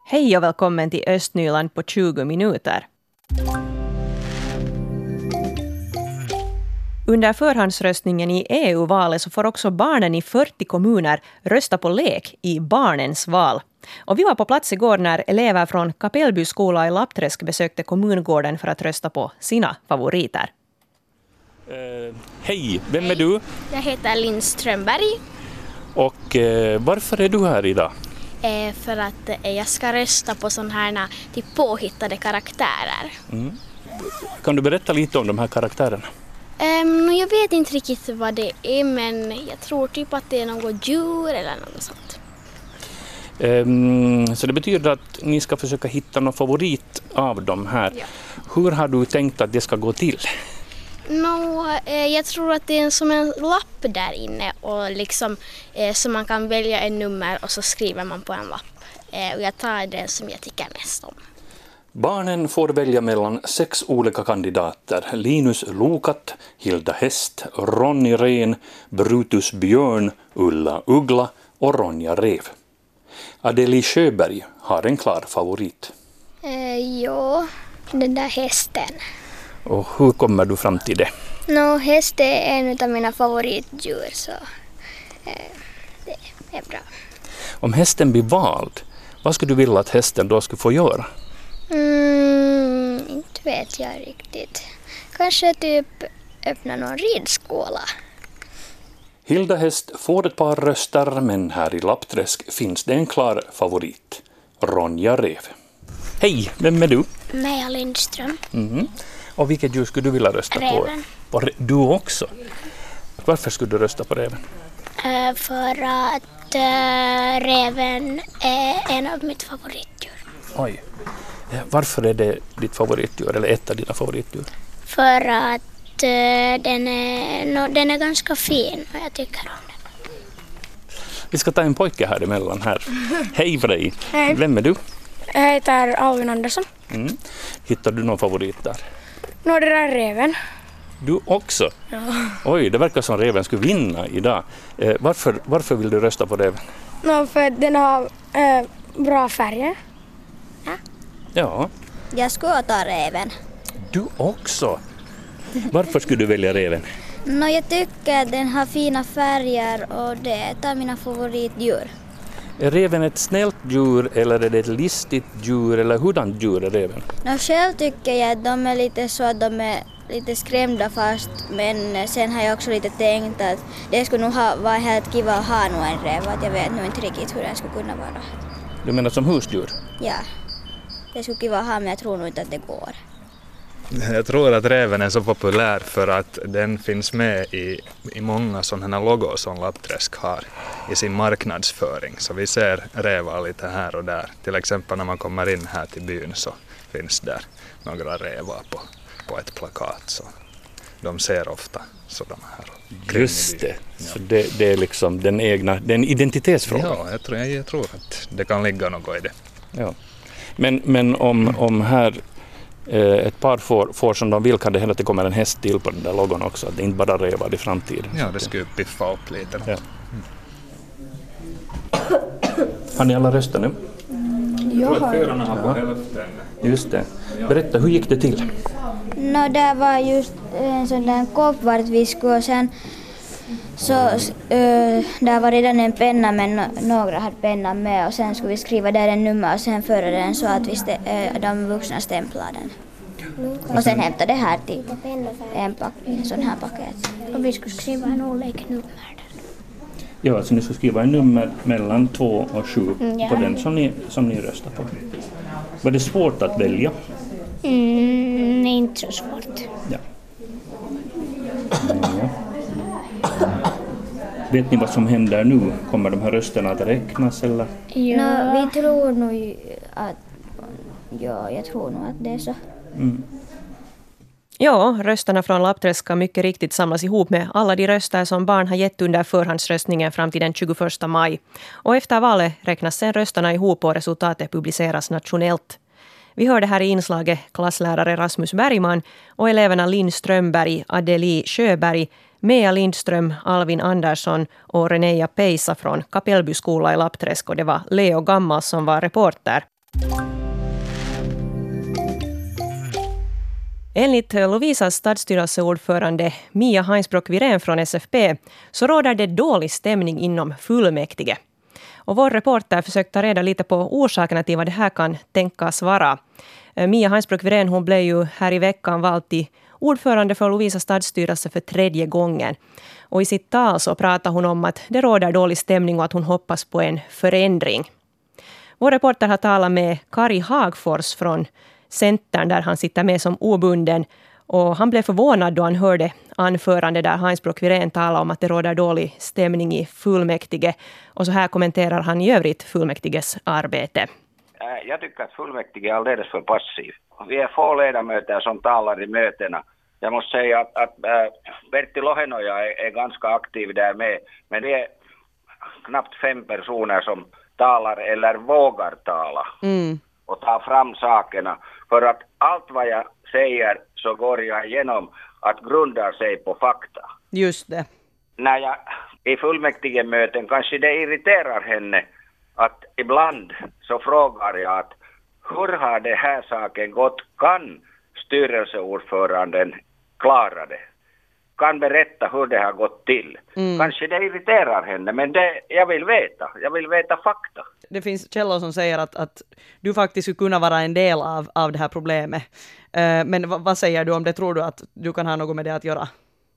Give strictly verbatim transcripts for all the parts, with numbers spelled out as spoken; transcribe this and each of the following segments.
Hej och välkommen till Östnyland på tjugo minuter. Under förhandsröstningen i E U-valet så får också barnen i fyrtio kommuner rösta på lek i barnens val. Och vi var på plats igår när elever från Kapellby skola i Lappträsk besökte kommungården för att rösta på sina favoriter. Uh, hej, vem är du? Jag heter Linn Strömberg. Och uh, varför är du här idag? Eh, för att eh, jag ska rösta på sådana här typ påhittade karaktärer. Mm. Kan du berätta lite om de här karaktärerna? Um, jag vet inte riktigt vad det är, men jag tror typ att det är något djur eller något sånt. Um, så det betyder att ni ska försöka hitta någon favorit av dem här. Ja. Hur har du tänkt att det ska gå till? No, eh, jag tror att det är som en lapp där inne och liksom, eh, så man kan välja en nummer och så skriver man på en lapp. Eh, och jag tar den som jag tycker mest om. Barnen får välja mellan sex olika kandidater. Linus Lokat, Hilda Häst, Ronny Ren, Brutus Björn, Ulla Uggla och Ronja Rev. Adeli Sjöberg har en klar favorit. Eh, ja, den där hästen. Och hur kommer du fram till det? No, häst är en av mina favoritdjur, så eh, det är bra. Om hästen blir vald, vad skulle du vilja att hästen då skulle få göra? Mm, inte vet jag riktigt. Kanske typ öppna någon ridskola. Hilda Häst får ett par röster, men här i Lappträsk finns det en klar favorit. Ronja Rev. Hej, vem är du? Meja Lindström. Mm. Och vilket djur skulle du vilja rösta Reven. på? på? Du också? Varför skulle du rösta på reven? Uh, för att uh, reven är en av mitt favoritdjur. Oj. Varför är det ditt favoritdjur, eller ett av dina favoritdjur? För att uh, den, är, no, den är ganska fin och jag tycker om den. Vi ska ta en pojke här emellan här. Hej för dig. Hej. Vem är du? Jag heter Alvin Andersson. Mm. Hittar du någon favorit där? Nå, det där är reven. Du också? Ja. Oj, det verkar som reven skulle vinna idag. Eh, varför, varför vill du rösta på reven? Nå, för den har eh, bra färger. Ja, Jag skulle ta reven. du också. Varför skulle du välja reven? No, jag tycker att den har fina färger och det är ett av mina favoritdjur. Är reven ett snällt djur eller är det ett listigt djur eller hurdant djur är reven? No, själv tycker jag att de är lite så att de är lite skrämda fast, men sen har jag också lite tänkt att det skulle nog ha, vara helt kiva att ha nog en rev, att jag vet nog inte riktigt hur den skulle kunna vara. Du menar som husdjur? Ja, det skulle kiva att ha, men jag tror nog inte att det går. Jag tror att reven är så populär för att den finns med i, i många sådana loggor som Lappträsk har i sin marknadsföring. Så vi ser rävar lite här och där. Till exempel när man kommer in här till byn så finns där några rävar på, på ett plakat. Så de ser ofta sådana här. Just det. Så det, det är liksom den egna, det är en identitetsfråga. Ja, jag tror, jag tror att det kan ligga något i det. Ja. Men, men om, om här ett par får, får som de vill kan det hända att det kommer en häst till på den där logon också. Att det inte bara revar i framtiden. Ja, det skulle piffa upp lite. Ja. Har ni alla röstat nu? Jag har. Förarna har på hälften. Just det. Berätta, hur gick det till? No, det var just en sån där kopp vart vi skulle och sen så uh, där var redan en penna, men no, några hade pennan med och sen skulle vi skriva där en nummer och sen föra den så att vi stä, uh, de vuxna stämplade den. Och sen hämtade det här till en, pack, en sån här paket. Och vi skulle skriva en olika nummer där. Ja, så ni ska skriva en nummer mellan två och sju Mm, ja. på den som ni, som ni röstar på. Var det svårt att välja? Mm, inte så svårt. Ja. Ja. Vet ni vad som händer nu? Kommer de här rösterna att räknas eller? Ja. No, vi tror nog att, ja, jag tror nog att det är så. Mm. Ja, rösterna från Lappträsk ska mycket riktigt samlas ihop med alla de röster som barn har gett under förhandsröstningen fram till den tjugoförsta maj. Och efter valet räknas sen rösterna ihop och resultatet publiceras nationellt. Vi hörde här i inslaget klasslärare Rasmus Bergman och eleverna Linn Strömberg, Adeli Sjöberg, Meja Lindström, Alvin Andersson och Reneja Peisa från Kapellby skola i Lappträsk, och det var Leo Gammal som var reporter. Enligt Lovisas stadsstyrelseordförande Mia Heinsbrock-Wirén från S F P så råder det dålig stämning inom fullmäktige. Och vår reporter försökte ta reda lite på orsakerna till vad det här kan tänkas vara. Mia Heinsbrock-Wirén, hon blev ju här i veckan vald till ordförande för Lovisas stadsstyrelse för tredje gången. Och i sitt tal så pratar hon om att det råder dålig stämning och att hon hoppas på en förändring. Vår reporter har talat med Kari Hagfors från Centern där han sitter med som obunden. Och han blev förvånad då han hörde anförande där Heinsbrock-Wirén talade om att det råder dålig stämning i fullmäktige. Och så här kommenterar han i övrigt fullmäktiges arbete. Jag tycker att fullmäktige är alldeles för passiv. Vi är få ledamöter som talar i mötena. Jag måste säga att, att äh, Bertil Lohenoja är, är ganska aktiv där med. Men det är knappt fem personer som talar eller vågar tala. Mm. Och ta fram sakerna. För att allt vad jag säger så går jag igenom att grundar sig på fakta. Just det. När jag i fullmäktigemöten kanske det irriterar henne att ibland så frågar jag att hur har det här saken gått? Kan styrelseordföranden klara det? Kan berätta hur det har gått till. Mm. Kanske det irriterar henne, men det, jag vill veta. Jag vill veta fakta. Det finns källor som säger att, att du faktiskt skulle kunna vara en del av, av det här problemet. Uh, men v- vad säger du om det? Tror du att du kan ha något med det att göra?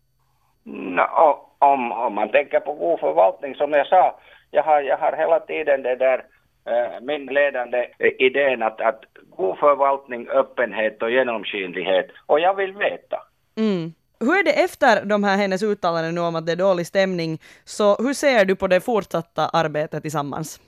No, om, om man tänker på god förvaltning, som jag sa, jag har, jag har hela tiden det där uh, min ledande idén att, att god förvaltning, öppenhet och genomskinlighet. Och jag vill veta. Mm. Hur är det efter de här hennes uttalanden nu om att det är dålig stämning? Så hur ser du på det fortsatta arbetet tillsammans?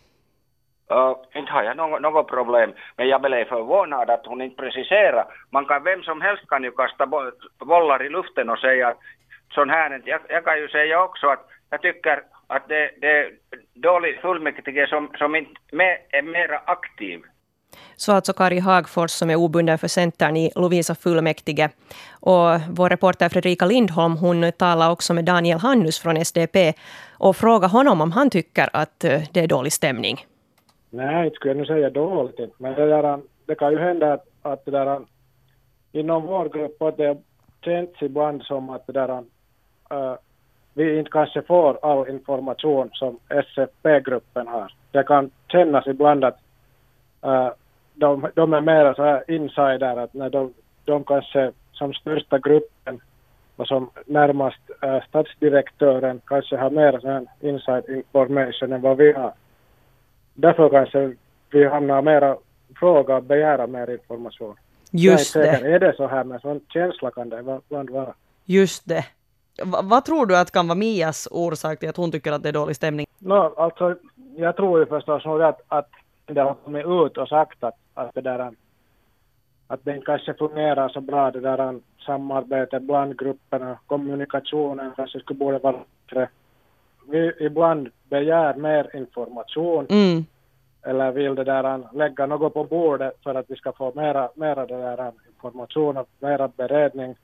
Uh, inte har jag något, något problem, men jag blev förvånad att hon inte preciserar. Man kan, vem som helst kan ju kasta bollar i luften och säga att sån här, jag, jag kan ju säga också att jag tycker att det, det är dåligt fullmäktige som, som inte med, är mera aktiv. Så alltså Kari Hagfors som är obunden för Centern i Lovisa fullmäktige. Och vår reporter Fredrika Lindholm, hon talar också med Daniel Hannus från S D P och frågar honom om han tycker att det är dålig stämning. Nej, inte skulle jag nu säga dåligt. Men det, där, det kan ju hända att, att det där, inom vår grupp att det känns ibland som att det där, uh, vi inte kanske får all information som S F P-gruppen har. Det kan kännas ibland att uh, de, de är mer så här insider, att när de, de kanske som största gruppen och som närmast uh, stadsdirektören kanske har mer så här inside information än vad vi har. Därför kanske vi hamnar mera fråga och begära mer information. Just det. Är det så här med sån känsla kan det ibland vara. Just det. V- vad tror du att kan vara Mias orsak till att hon tycker att det är dålig stämning? No, alltså, jag tror ju förstås att, att det har kommit ut och sagt att, att det där att det kanske fungerar så bra, det där samarbetet bland grupperna, kommunikationen kanske skulle borde vara bättre. Vi ibland begär mer information mm. eller vill det där lägga något på bordet för att vi ska få mera, mera det där information och mera beredning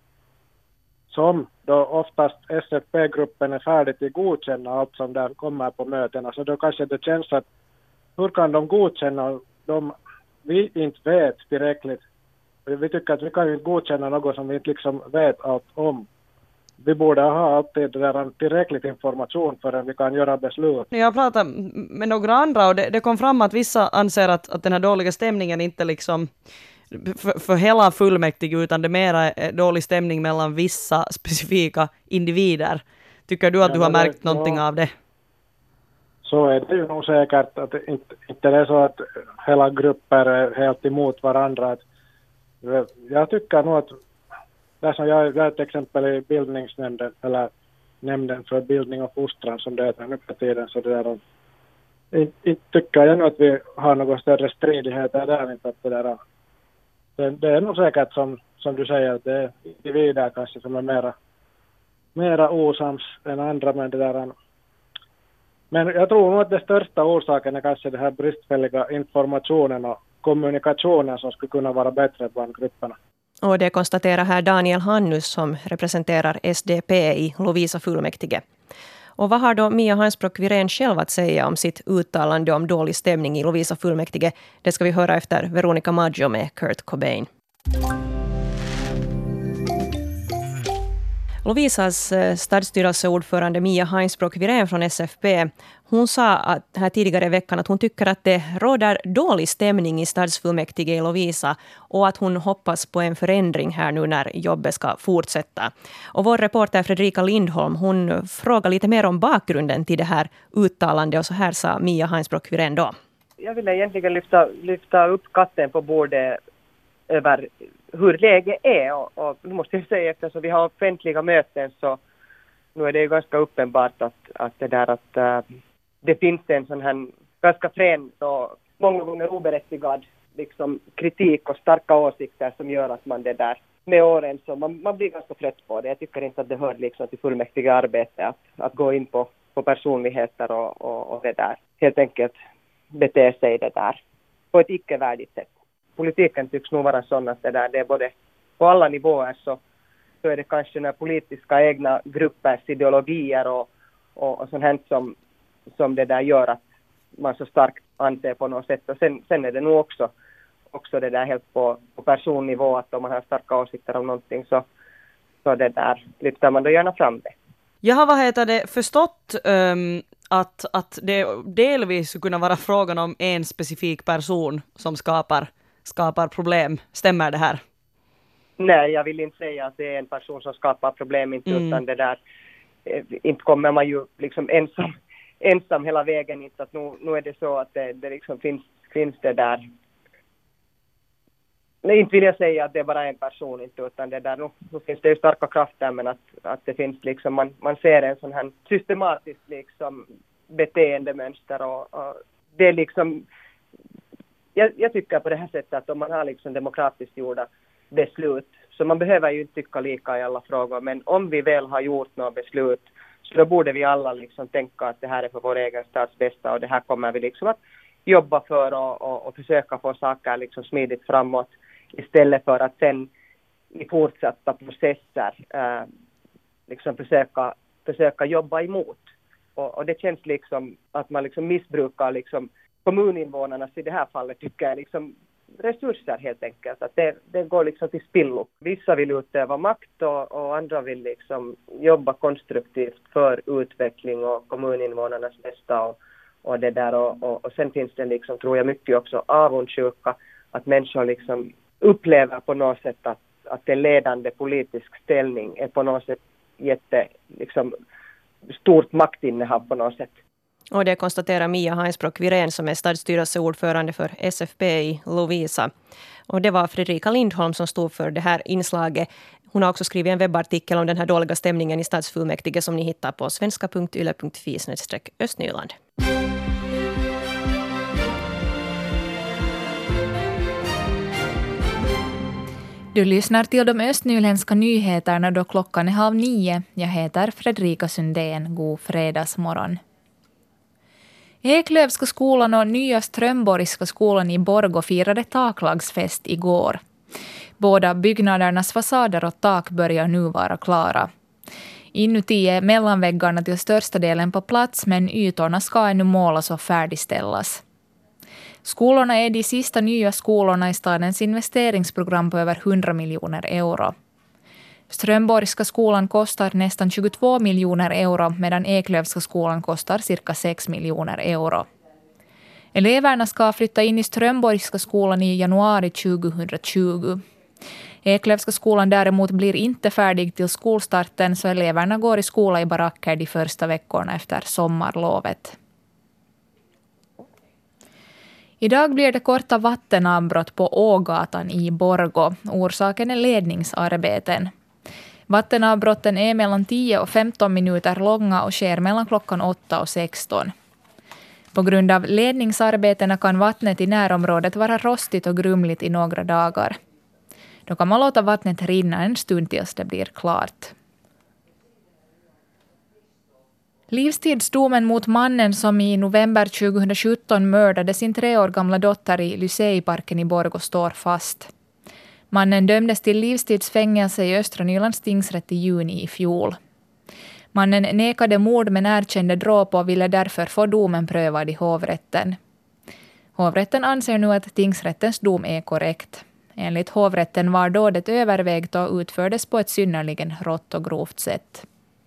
som då oftast S F P-gruppen är färdig till godkänna allt som där kommer på mötena. Så då kanske det känns att hur kan de godkänna de vi inte vet tillräckligt. Vi tycker att vi kan ju godkänna något som vi inte liksom vet allt om. Vi borde ha alltid där tillräckligt information för att vi kan göra beslut. Jag pratade med några andra och det, det kom fram att vissa anser att, att den här dåliga stämningen inte liksom för, för hela fullmäktige utan det mera är dålig stämning mellan vissa specifika individer. Tycker du att ja, du har märkt det, någonting ja, av det? Så är det ju nog säkert att inte, inte det är så att hela grupper är helt emot varandra. Att, jag tycker nog att där som jag, jag är till exempel i bildningsnämnden eller nämnden för bildning och fostran som det heter nu på tiden, så det där inte, inte tycker jag nog att vi har några större stridigheter där, inte att det där det, det är nog säkert som, som du säger att det är individer kanske som är mera mera osams än andra, men det där men jag tror nog att det största orsaken är kanske det här bristfälliga informationen och kommunikationen som skulle kunna vara bättre bland grupperna. Och det konstaterar här Daniel Hannus som representerar S D P i Lovisa fullmäktige. Och vad har då Mia Heinsbrock Wirén själv att säga om sitt uttalande om dålig stämning i Lovisa fullmäktige? Det ska vi höra efter Veronica Maggio med Kurt Cobain. Lovisas stadsstyrelseordförande Mia Heinsbrock Wirén från S F P, hon sa att, här tidigare i veckan att hon tycker att det råder dålig stämning i stadsfullmäktige i Lovisa och att hon hoppas på en förändring här nu när jobbet ska fortsätta. Och vår reporter Fredrika Lindholm, hon frågar lite mer om bakgrunden till det här uttalandet och så här sa Mia Heinsbrock Wirén då. Jag vill egentligen lyfta, lyfta upp katten på bordet över hur läget är och, och nu måste jag säga eftersom vi har offentliga möten så nu är det ju ganska uppenbart att, att det där att uh, det finns en sån här ganska frän och många gånger oberättigad liksom, kritik och starka åsikter som gör att man det där med åren så man, man blir ganska trött på det. Jag tycker inte att det hör liksom till fullmäktiga arbete att, att gå in på, på personligheter och, och, och det där helt enkelt bete sig det där på ett icke-värdigt sätt. Politiken tycks nog vara sån att det där, det är både på alla nivåer så, så är det kanske några politiska egna gruppers ideologier och, och, och sånt här som, som det där gör att man så starkt anser på något sätt. Och sen, sen är det nog också, också det där helt på, på personnivå att om man har starka åsikter om någonting så, så det där lyfter man då gärna fram det. Jag har vad heter det, förstått um, att, att det delvis skulle kunna vara frågan om en specifik person som skapar skapar problem. Stämmer det här? Nej, jag vill inte säga att det är en person som skapar problem, inte mm. utan det där inte kommer man ju liksom ensam, ensam hela vägen, inte att nu, nu är det så att det, det liksom finns, finns det där. Nej, inte vill jag säga att det är bara en person, inte utan det där, nu, nu finns det ju starka krafter men att, att det finns liksom, man, man ser en sån här systematiskt liksom beteendemönster och, och det är liksom Jag, jag tycker på det här sättet att om man har liksom demokratiskt gjorda beslut så man behöver ju inte tycka lika i alla frågor men om vi väl har gjort något beslut så då borde vi alla liksom tänka att det här är för vår egen stats bästa och det här kommer vi liksom att jobba för och, och, och försöka få saker liksom smidigt framåt istället för att sen i fortsatta processer äh, liksom försöka, försöka jobba emot och, och det känns liksom att man liksom missbrukar liksom kommuninvånarnas i det här fallet tycker jag liksom resurser helt enkelt. Att det, det går liksom till spillo. Vissa vill utöva makt och, och andra vill liksom jobba konstruktivt för utveckling och kommuninvånarnas bästa och, och det där. Och, och, och sen finns det liksom, tror jag, mycket också avundsjuka. Att människor liksom upplever på något sätt att, att en ledande politisk ställning är på något sätt jätte liksom stort maktinnehav på något sätt. Och det konstaterar Mia Heinsbrock Wirén som är stadsstyrelseordförande för S F P i Lovisa. Och det var Fredrika Lindholm som stod för det här inslaget. Hon har också skrivit en webbartikel om den här dåliga stämningen i stadsfullmäktige som ni hittar på svenska punkt yle punkt fi snedstreck östnyland. Du lyssnar till de östnyländska nyheterna då klockan är halv nio. Jag heter Fredrika Sundén. God fredagsmorgon. Eklövska skolan och Nya Strömborgska skolan i Borgå firade taklagsfest igår. Båda byggnadernas fasader och tak börjar nu vara klara. Inuti är mellanväggarna till största delen på plats men ytorna ska ännu målas och färdigställas. Skolorna är de sista nya skolorna i stadens investeringsprogram på över hundra miljoner euro. Strömborgska skolan kostar nästan tjugotvå miljoner euro medan Eklövska skolan kostar cirka sex miljoner euro. Eleverna ska flytta in i Strömborgska skolan i januari tjugohundratjugo. Eklövska skolan däremot blir inte färdig till skolstarten så eleverna går i skola i baracker de första veckorna efter sommarlovet. Idag blir det korta vattenavbrott på Ågatan i Borgå. Orsaken är ledningsarbeten. Vattenavbrotten är mellan tio och femton minuter långa och sker mellan klockan åtta och sexton. På grund av ledningsarbetena kan vattnet i närområdet vara rostigt och grumligt i några dagar. Då kan man låta vattnet rinna en stund tills det blir klart. Livstidsdomen mot mannen som i november tjugohundrasjutton mördade sin tre år gamla dotter i Lyseiparken i Borgå står fast. Mannen dömdes till livstidsfängelse i Östra Nylands tingsrätt i juni i fjol. Mannen nekade mord men erkände dråp och ville därför få domen prövad i hovrätten. Hovrätten anser nu att tingsrättens dom är korrekt. Enligt hovrätten var dådet övervägt och utfördes på ett synnerligen rått och grovt sätt.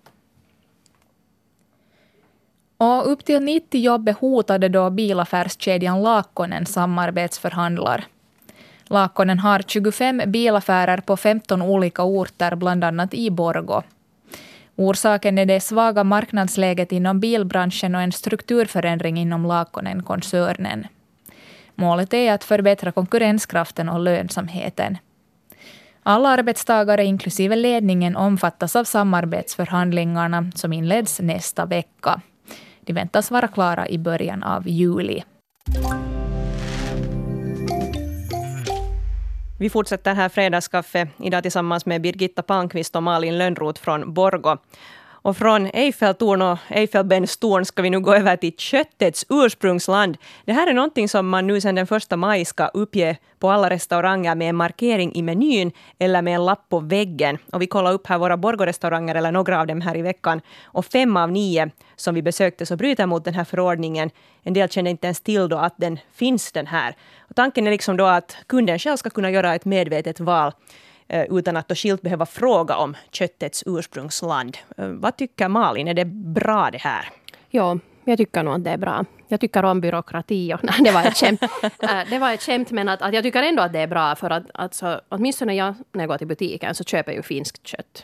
Och upp till nittio jobb är hotade då bilaffärskedjan Laakkonen samarbetsförhandlar. Laakkonen har tjugofem bilaffärer på femton olika orter, bland annat i Borgå. Orsaken är det svaga marknadsläget inom bilbranschen och en strukturförändring inom Laakkonen-koncernen. Målet är att förbättra konkurrenskraften och lönsamheten. Alla arbetstagare, inklusive ledningen, omfattas av samarbetsförhandlingarna som inleds nästa vecka. De väntas vara klara i början av juli. Vi fortsätter här fredagskaffe idag tillsammans med Birgitta Palmqvist och Malin Lönnroth från Borgå. Och från Eiffeltorn och Eiffelbenstorn ska vi nu gå över till köttets ursprungsland. Det här är någonting som man nu sedan den första maj ska uppge på alla restauranger med en markering i menyn eller med en lapp på väggen. Och vi kollar upp här våra Borgå-restauranger eller några av dem här i veckan. Och fem av nio som vi besökte så bryter mot den här förordningen. En del känner inte ens till då att den finns den här. Och tanken är liksom då att kunden själv ska kunna göra ett medvetet val utan att då skilt behöva fråga om köttets ursprungsland. Vad tycker Malin? Är det bra det här? Ja, jag tycker nog att det är bra. Jag tycker om byråkrati. Och, nej, det var ett skämt. Det var ett skämt, men att, att jag tycker ändå att det är bra. För att alltså, åtminstone jag, när jag går till butiken så köper jag ju finskt kött.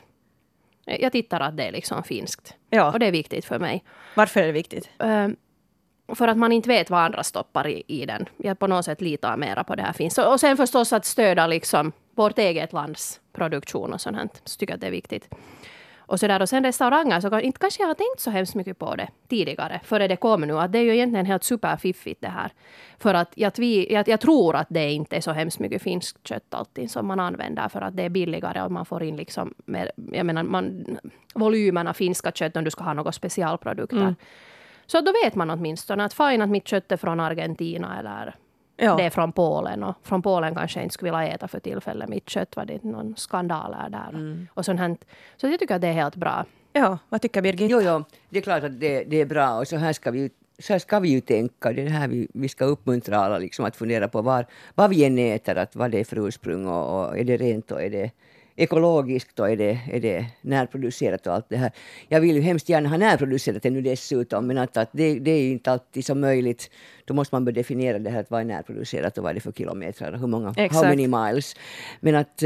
Jag tittar att det är liksom finskt. Ja. Och det är viktigt för mig. Varför är det viktigt? Uh, för att man inte vet vad andra stoppar i, i den. Jag på något sätt litar mera på det här finns. Och, och sen förstås att stöda liksom vårt eget lands produktion och sånt här. Så tycker jag att det är viktigt. Och, så där, och sen restauranger så kan, inte kanske jag har tänkt så hemskt mycket på det tidigare. Före det kommer nu. Att det är ju egentligen helt superfiffigt det här. För att jag, jag, jag tror att det inte är så hemskt mycket finskt kött alltid som man använder. För att det är billigare och man får in liksom mer, jag menar, man, volymerna finska kött om du ska ha några specialprodukter. Mm. Så då vet man åtminstone att fine att mitt kött är från Argentina eller ja. Det är från Polen. Och från Polen kanske jag inte skulle vilja äta för tillfället mitt kött. Var det någon skandal där. Mm. Och sånt här. Så jag tycker att det är helt bra. Ja, vad tycker Birgit? Jo, jo, det är klart att det, det är bra. Och så här ska vi, så här ska vi ju tänka. Det är det här vi, vi ska uppmuntra alla liksom, att fundera på var, vad vi än äter. Att vad det är för ursprung och, och är det rent och är det ekologiskt och är det, är det närproducerat och allt det här. Jag vill ju hemskt gärna ha närproducerat det nu dessutom, men att, att det, det är inte alltid så möjligt. Då måste man börja definiera det här, att vad är närproducerat och vad är det för kilometrar och hur många, Exakt. how many miles. Men att,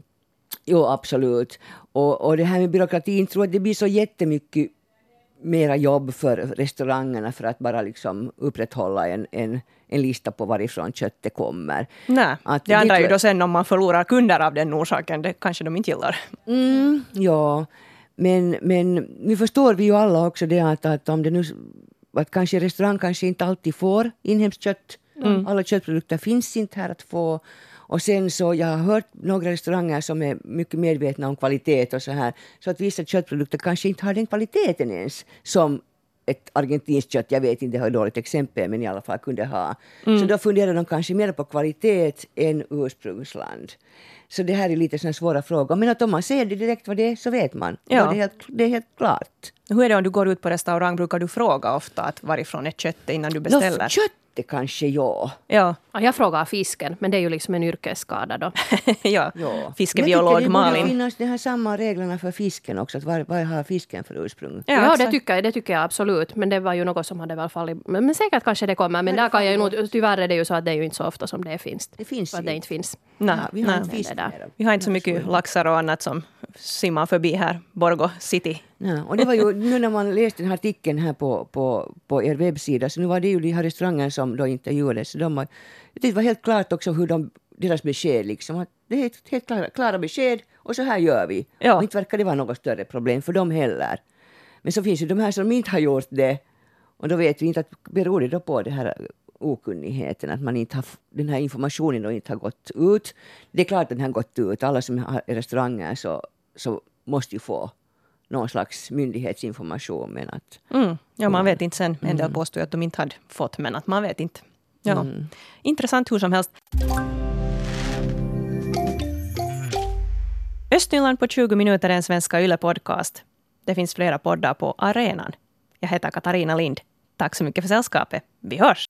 jo absolut. Och, och det här med byråkratin, tror jag att det blir så jättemycket mera jobb för restaurangerna för att bara liksom upprätthålla en, en, en lista på varifrån köttet kommer. Nej, att det andra är ju då sen om man förlorar kunder av den orsaken, det kanske de inte gillar. Mm, ja, men, men nu förstår vi ju alla också det att, att om det nu, att kanske restaurang kanske inte alltid får inhemskt kött. Mm. Alla köttprodukter finns inte här att få. Och sen så, jag har hört några restauranger som är mycket medvetna om kvalitet och så här. Så att vissa köttprodukter kanske inte har den kvaliteten ens som ett argentinskt kött. Jag vet inte, det har ett dåligt exempel, men i alla fall kunde ha. Mm. Så då funderar de kanske mer på kvalitet än ursprungsland. Så det här är lite sådana svåra frågor. Men att om man ser det direkt vad det är så vet man. Ja. Det, är helt, det är helt klart. Hur är det om du går ut på restaurang? Brukar du fråga ofta att varifrån är köttet innan du beställer? No, kött det kanske ja. Ja. Ja, jag frågar fisken, men det är ju liksom en yrkesskada då. ja, ja. Fiskebiolog Malin. Det borde finnas de här samma reglerna för fisken också. Att vad, vad har fisken för ursprung? Ja, ja det, tycker jag, det tycker jag absolut. Men det var ju något som hade väl fallit. Men, men säkert kanske det kommer. Men där kan jag ju nog, tyvärr är det ju så att det är ju inte så ofta som det finns. Det finns ju. Att det inte finns. Nej, ja, vi har nej. inte fisk där. Vi har inte så mycket laxar och annat som simmar förbi här, Borgå City. Ja, och det var ju nu när man läste den här artikeln här på, på, på er webbsida, så nu var det ju de här restauranger som då intervjuades. De var, det var helt klart också hur de, deras besked liksom, att det är helt, helt klara, klara besked och så här gör vi. Ja. Och inte verkar det vara något större problem för dem heller. Men så finns ju de här som inte har gjort det, och då vet vi inte att beror det då på det här okunnigheten, att man inte har, den här informationen då inte har gått ut. Det är klart att den har gått ut. Alla som har restauranger så, så måste ju få någon slags myndighetsinformation. Men att, mm. Ja, man vet inte sen. En del påstår att de inte hade fått, men att man vet inte. Ja. Mm. Intressant hur som helst. Östnyland på tjugo minuter är en svenska Yle-podcast. Det finns flera poddar på arenan. Jag heter Katarina Lind. Tack så mycket för sällskapet. Vi hörs!